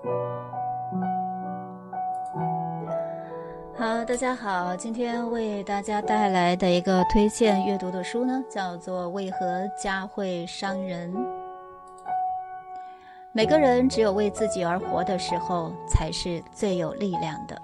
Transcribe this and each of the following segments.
好，大家好，今天为大家带来的一个推荐阅读的书呢，叫做《为何家会伤人》。每个人只有为自己而活的时候，才是最有力量的。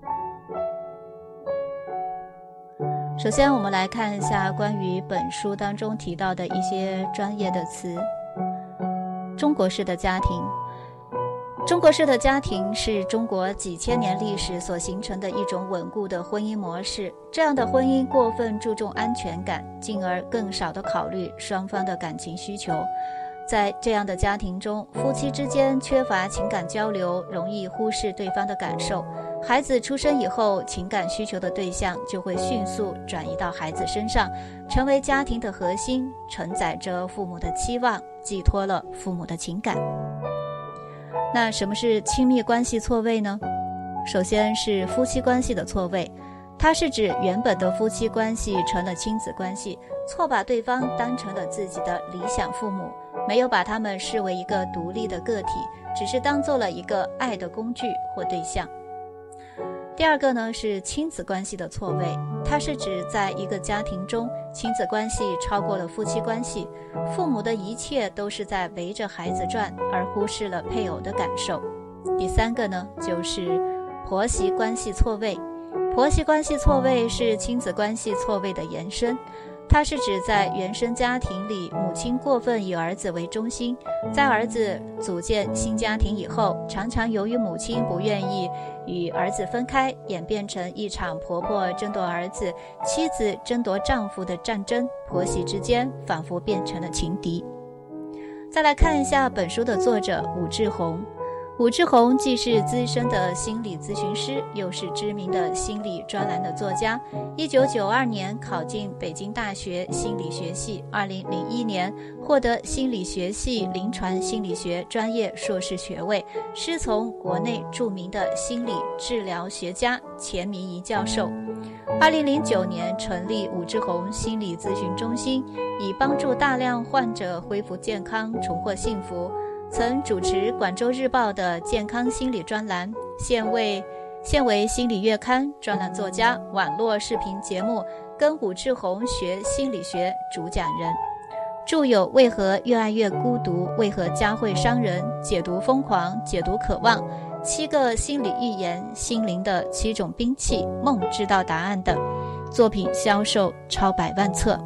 首先，我们来看一下关于本书当中提到的一些专业的词。中国式的家庭。中国式的家庭是中国几千年历史所形成的一种稳固的婚姻模式。这样的婚姻过分注重安全感，进而更少地考虑双方的感情需求。在这样的家庭中，夫妻之间缺乏情感交流，容易忽视对方的感受。孩子出生以后，情感需求的对象就会迅速转移到孩子身上，成为家庭的核心，承载着父母的期望，寄托了父母的情感。那什么是亲密关系错位呢？首先是夫妻关系的错位，它是指原本的夫妻关系成了亲子关系，错把对方当成了自己的理想父母，没有把他们视为一个独立的个体，只是当做了一个爱的工具或对象。第二个呢是亲子关系的错位，它是指在一个家庭中，亲子关系超过了夫妻关系，父母的一切都是在围着孩子转，而忽视了配偶的感受。第三个呢就是婆媳关系错位，婆媳关系错位是亲子关系错位的延伸，它是指在原生家庭里，母亲过分以儿子为中心，在儿子组建新家庭以后，常常由于母亲不愿意与儿子分开，演变成一场婆婆争夺儿子、妻子争夺丈夫的战争，婆媳之间仿佛变成了情敌。再来看一下本书的作者武志红。武志红既是资深的心理咨询师，又是知名的心理专栏的作家。1992年考进北京大学心理学系，2001年获得心理学系临床心理学专业硕士学位，师从国内著名的心理治疗学家钱明仪教授。2009年成立武志红心理咨询中心，以帮助大量患者恢复健康、重获幸福。曾主持广州日报的健康心理专栏，现为心理月刊专栏作家，网络视频节目跟武志红学心理学主讲人，著有《为何越爱越孤独》、《为何家会伤人》、解读疯狂、解读渴望、7个心理预言、心灵的7种兵器、梦知道答案等作品，销售超100万册。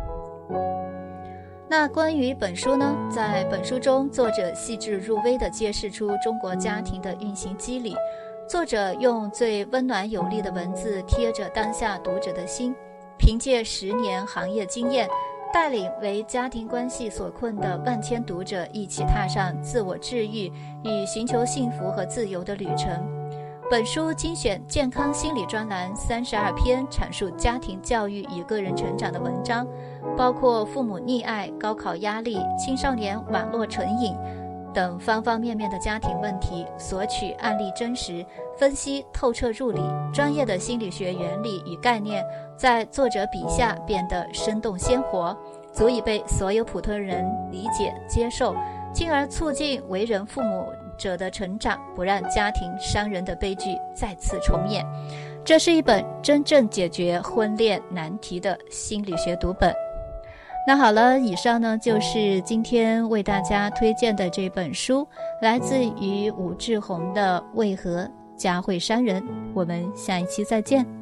那关于本书呢，在本书中，作者细致入微地揭示出中国家庭的运行机理。作者用最温暖有力的文字贴着当下读者的心，凭借10年行业经验，带领为家庭关系所困的万千读者一起踏上自我治愈与寻求幸福和自由的旅程。本书精选健康心理专栏32篇，阐述家庭教育与个人成长的文章，包括父母溺爱、高考压力、青少年网络成瘾等方方面面的家庭问题，索取案例真实，分析透彻入理，专业的心理学原理与概念在作者笔下变得生动鲜活，足以被所有普通人理解接受，进而促进为人父母者的成长，不让家庭伤人的悲剧再次重演。这是一本真正解决婚恋难题的心理学读本。那好了，以上呢就是今天为大家推荐的这本书，来自于武志红的《为何家会伤人》。我们下一期再见。